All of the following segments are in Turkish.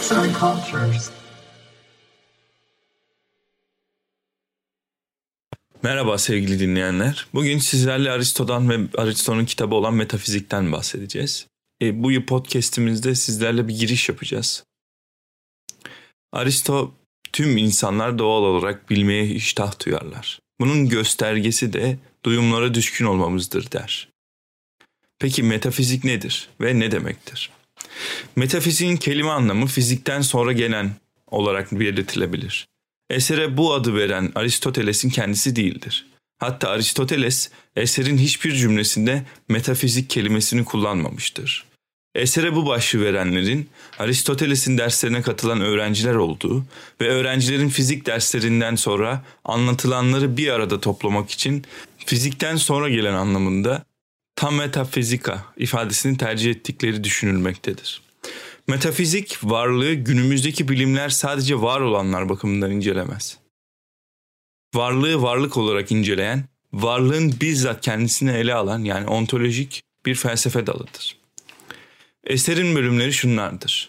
Arts and Cultures. Merhaba sevgili dinleyenler. Bugün sizlerle Aristo'dan ve Aristo'nun kitabı olan Metafizik'ten bahsedeceğiz. Bu podcast'imizde sizlerle bir giriş yapacağız. Aristo, tüm insanlar doğal olarak bilmeye iştah duyarlar. Bunun göstergesi de duyumlara düşkün olmamızdır der. Peki metafizik nedir ve ne demektir? Metafiziğin kelime anlamı fizikten sonra gelen olarak belirtilebilir. Esere bu adı veren Aristoteles'in kendisi değildir. Hatta Aristoteles eserin hiçbir cümlesinde metafizik kelimesini kullanmamıştır. Esere bu başlığı verenlerin Aristoteles'in derslerine katılan öğrenciler olduğu ve öğrencilerin fizik derslerinden sonra anlatılanları bir arada toplamak için fizikten sonra gelen anlamında tam metafizika ifadesini tercih ettikleri düşünülmektedir. Metafizik varlığı günümüzdeki bilimler sadece var olanlar bakımından incelemez. Varlığı varlık olarak inceleyen, varlığın bizzat kendisini ele alan yani ontolojik bir felsefe dalıdır. Eserin bölümleri şunlardır.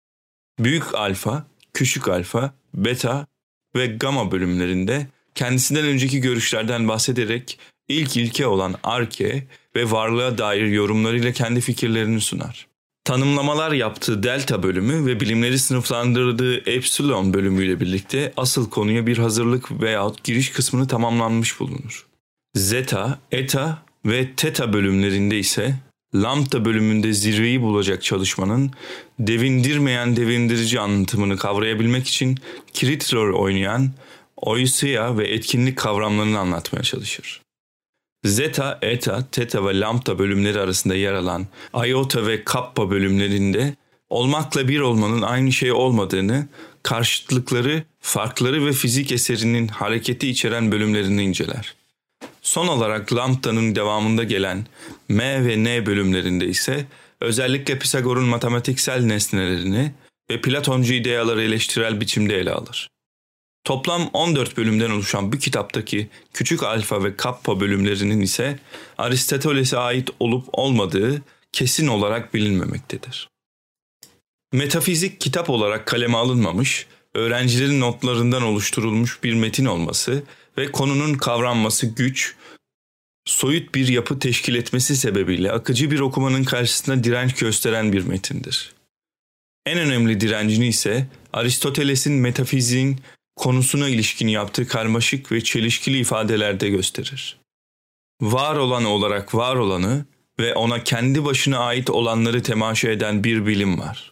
Büyük alfa, küçük alfa, beta ve gamma bölümlerinde kendisinden önceki görüşlerden bahsederek ilk ilke olan arke ve varlığa dair yorumlarıyla kendi fikirlerini sunar. Tanımlamalar yaptığı delta bölümü ve bilimleri sınıflandırdığı epsilon bölümüyle birlikte asıl konuya bir hazırlık veyahut giriş kısmını tamamlanmış bulunur. Zeta, eta ve teta bölümlerinde ise lambda bölümünde zirveyi bulacak çalışmanın devindirmeyen devindirici anlatımını kavrayabilmek için kilit rol oynayan ousia ve etkinlik kavramlarını anlatmaya çalışır. Zeta, eta, teta ve lambda bölümleri arasında yer alan iota ve kappa bölümlerinde olmakla bir olmanın aynı şey olmadığını, karşıtlıkları, farkları ve fizik eserinin hareketi içeren bölümlerini inceler. Son olarak lambda'nın devamında gelen M ve N bölümlerinde ise özellikle Pisagor'un matematiksel nesnelerini ve Platoncu ideaları eleştirel biçimde ele alır. Toplam 14 bölümden oluşan bu kitaptaki küçük alfa ve kappa bölümlerinin ise Aristoteles'e ait olup olmadığı kesin olarak bilinmemektedir. Metafizik kitap olarak kaleme alınmamış, öğrencilerin notlarından oluşturulmuş bir metin olması ve konunun kavranması güç, soyut bir yapı teşkil etmesi sebebiyle akıcı bir okumanın karşısında direnç gösteren bir metindir. En önemli direncini ise Aristoteles'in metafiziğin konusuna ilişkin yaptığı karmaşık ve çelişkili ifadelerde gösterir. Var olan olarak var olanı ve ona kendi başına ait olanları temaşa eden bir bilim var.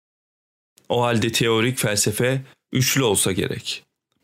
O halde teorik felsefe üçlü olsa gerek.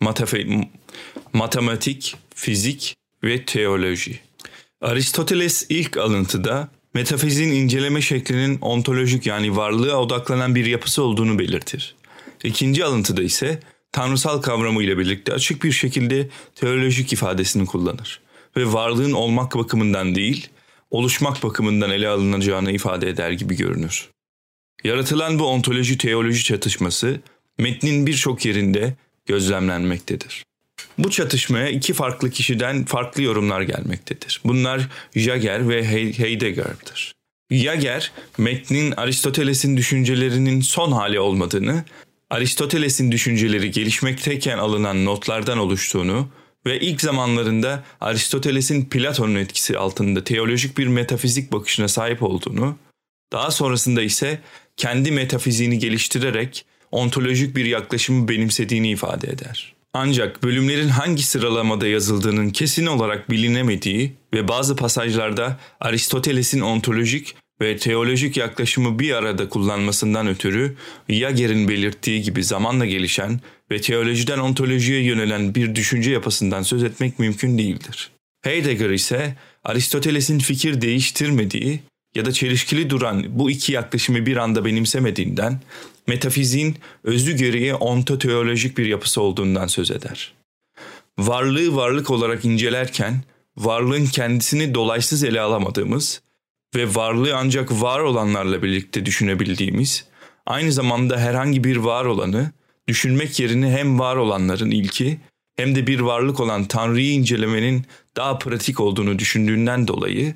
Matematik, fizik ve teoloji. Aristoteles ilk alıntıda metafiziğin inceleme şeklinin ontolojik yani varlığa odaklanan bir yapısı olduğunu belirtir. İkinci alıntıda ise tanrısal kavramı ile birlikte açık bir şekilde teolojik ifadesini kullanır ve varlığın olmak bakımından değil, oluşmak bakımından ele alınacağını ifade eder gibi görünür. Yaratılan bu ontoloji-teoloji çatışması metnin birçok yerinde gözlemlenmektedir. Bu çatışmaya iki farklı kişiden farklı yorumlar gelmektedir. Bunlar Jaeger ve Heidegger'dir. Jaeger, metnin Aristoteles'in düşüncelerinin son hali olmadığını, Aristoteles'in düşünceleri gelişmekteyken alınan notlardan oluştuğunu ve ilk zamanlarında Aristoteles'in Platon'un etkisi altında teolojik bir metafizik bakışına sahip olduğunu, daha sonrasında ise kendi metafiziğini geliştirerek ontolojik bir yaklaşımı benimsediğini ifade eder. Ancak bölümlerin hangi sıralamada yazıldığının kesin olarak bilinemediği ve bazı pasajlarda Aristoteles'in ontolojik ve teolojik yaklaşımı bir arada kullanmasından ötürü Jaeger'in belirttiği gibi zamanla gelişen ve teolojiden ontolojiye yönelen bir düşünce yapısından söz etmek mümkün değildir. Heidegger ise Aristoteles'in fikir değiştirmediği ya da çelişkili duran bu iki yaklaşımı bir anda benimsemediğinden, metafiziğin özü gereği ontoteolojik bir yapısı olduğundan söz eder. Varlığı varlık olarak incelerken, varlığın kendisini dolaysız ele alamadığımız ve varlığı ancak var olanlarla birlikte düşünebildiğimiz, aynı zamanda herhangi bir var olanı, düşünmek yerine hem var olanların ilki hem de bir varlık olan Tanrı'yı incelemenin daha pratik olduğunu düşündüğünden dolayı,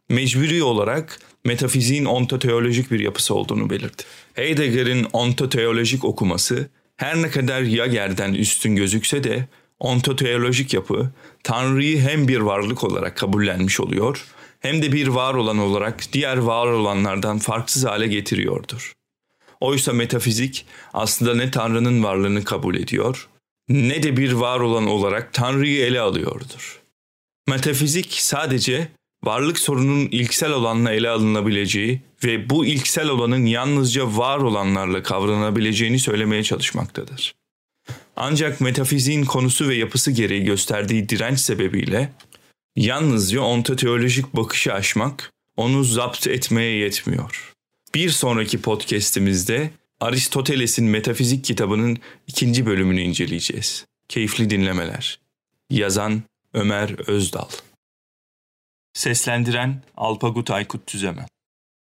mecburi olarak metafiziğin ontoteolojik bir yapısı olduğunu belirtti. Heidegger'in ontoteolojik okuması her ne kadar Jager'den üstün gözükse de ontoteolojik yapı Tanrı'yı hem bir varlık olarak kabullenmiş oluyor hem de bir var olan olarak diğer var olanlardan farksız hale getiriyordur. Oysa metafizik aslında ne Tanrı'nın varlığını kabul ediyor ne de bir var olan olarak Tanrı'yı ele alıyordur. Metafizik sadece varlık sorunun ilksel olanla ele alınabileceği ve bu ilksel olanın yalnızca var olanlarla kavranabileceğini söylemeye çalışmaktadır. Ancak metafiziğin konusu ve yapısı gereği gösterdiği direnç sebebiyle yalnızca ontoteolojik bakışı aşmak onu zapt etmeye yetmiyor. Bir sonraki podcast'imizde Aristoteles'in Metafizik kitabının 2. bölümünü inceleyeceğiz. Keyifli dinlemeler. Yazan Ömer Özdal. Seslendiren Alpagut Aykut Tüzemen.